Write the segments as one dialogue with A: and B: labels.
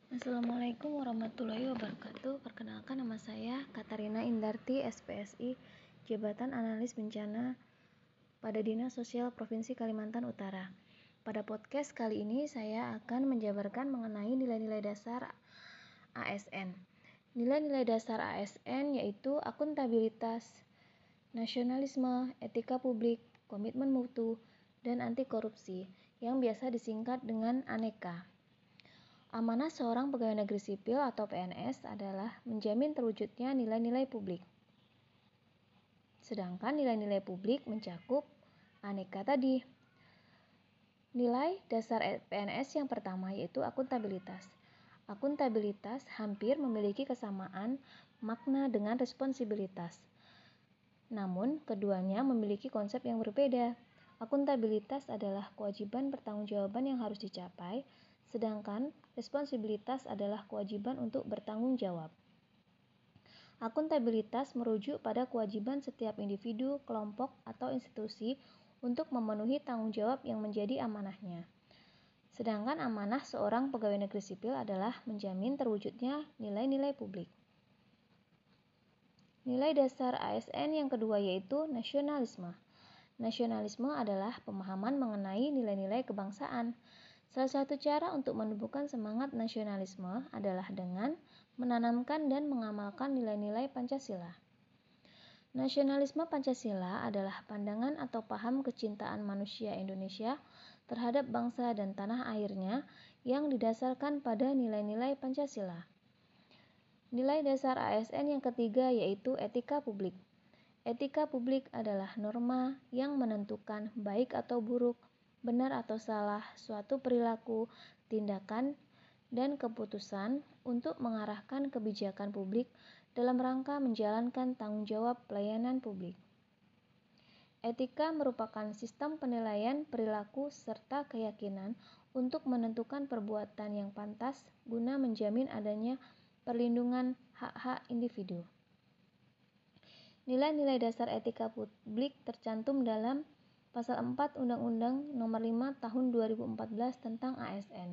A: Assalamualaikum warahmatullahi wabarakatuh. Perkenalkan, nama saya Katarina Indarti, SPSI, Jabatan Analis Bencana pada Dinas Sosial Provinsi Kalimantan Utara. Pada podcast kali ini saya akan menjabarkan mengenai nilai-nilai dasar ASN. Nilai-nilai dasar ASN yaitu akuntabilitas, nasionalisme, etika publik, komitmen mutu, dan anti korupsi, yang biasa disingkat dengan ANEKA. Amanah seorang pegawai negeri sipil atau PNS adalah menjamin terwujudnya nilai-nilai publik. Sedangkan nilai-nilai publik mencakup aneka tadi. Nilai dasar PNS yang pertama yaitu akuntabilitas. Akuntabilitas hampir memiliki kesamaan makna dengan responsibilitas. Namun, keduanya memiliki konsep yang berbeda. Akuntabilitas adalah kewajiban pertanggungjawaban yang harus dicapai, sedangkan responsibilitas adalah kewajiban untuk bertanggung jawab. Akuntabilitas merujuk pada kewajiban setiap individu, kelompok, atau institusi untuk memenuhi tanggung jawab yang menjadi amanahnya. Sedangkan amanah seorang pegawai negeri sipil adalah menjamin terwujudnya nilai-nilai publik. Nilai dasar ASN yang kedua yaitu nasionalisme. Nasionalisme adalah pemahaman mengenai nilai-nilai kebangsaan. Salah satu cara untuk menumbuhkan semangat nasionalisme adalah dengan menanamkan dan mengamalkan nilai-nilai Pancasila. Nasionalisme Pancasila adalah pandangan atau paham kecintaan manusia Indonesia terhadap bangsa dan tanah airnya yang didasarkan pada nilai-nilai Pancasila. Nilai dasar ASN yang ketiga yaitu etika publik. Etika publik adalah norma yang menentukan baik atau buruk, benar atau salah suatu perilaku, tindakan, dan keputusan untuk mengarahkan kebijakan publik dalam rangka menjalankan tanggung jawab pelayanan publik. Etika merupakan sistem penilaian perilaku serta keyakinan untuk menentukan perbuatan yang pantas guna menjamin adanya perlindungan hak-hak individu. Nilai-nilai dasar etika publik tercantum dalam Pasal 4 Undang-Undang Nomor 5 Tahun 2014 tentang ASN.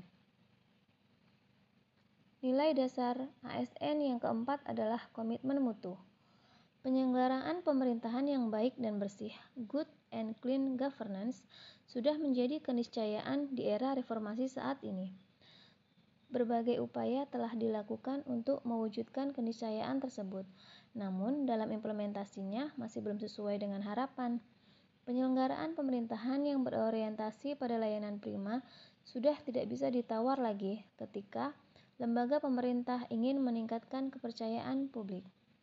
A: Nilai dasar ASN yang keempat adalah komitmen mutu. Penyelenggaraan pemerintahan yang baik dan bersih, good and clean governance, sudah menjadi keniscayaan di era reformasi saat ini. Berbagai upaya telah dilakukan untuk mewujudkan keniscayaan tersebut, namun dalam implementasinya masih belum sesuai dengan harapan. Penyelenggaraan pemerintahan yang berorientasi pada layanan prima sudah tidak bisa ditawar lagi ketika lembaga pemerintah ingin meningkatkan kepercayaan publik.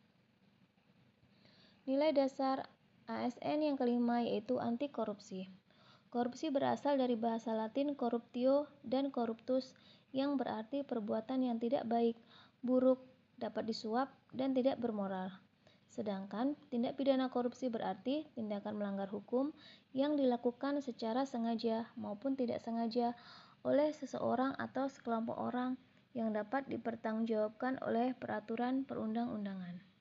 A: Nilai dasar ASN yang kelima yaitu anti korupsi. Korupsi berasal dari bahasa Latin corruptio dan corruptus yang berarti perbuatan yang tidak baik, buruk, dapat disuap, dan tidak bermoral. Sedangkan tindak pidana korupsi berarti tindakan melanggar hukum yang dilakukan secara sengaja maupun tidak sengaja oleh seseorang atau sekelompok orang yang dapat dipertanggungjawabkan oleh peraturan perundang-undangan.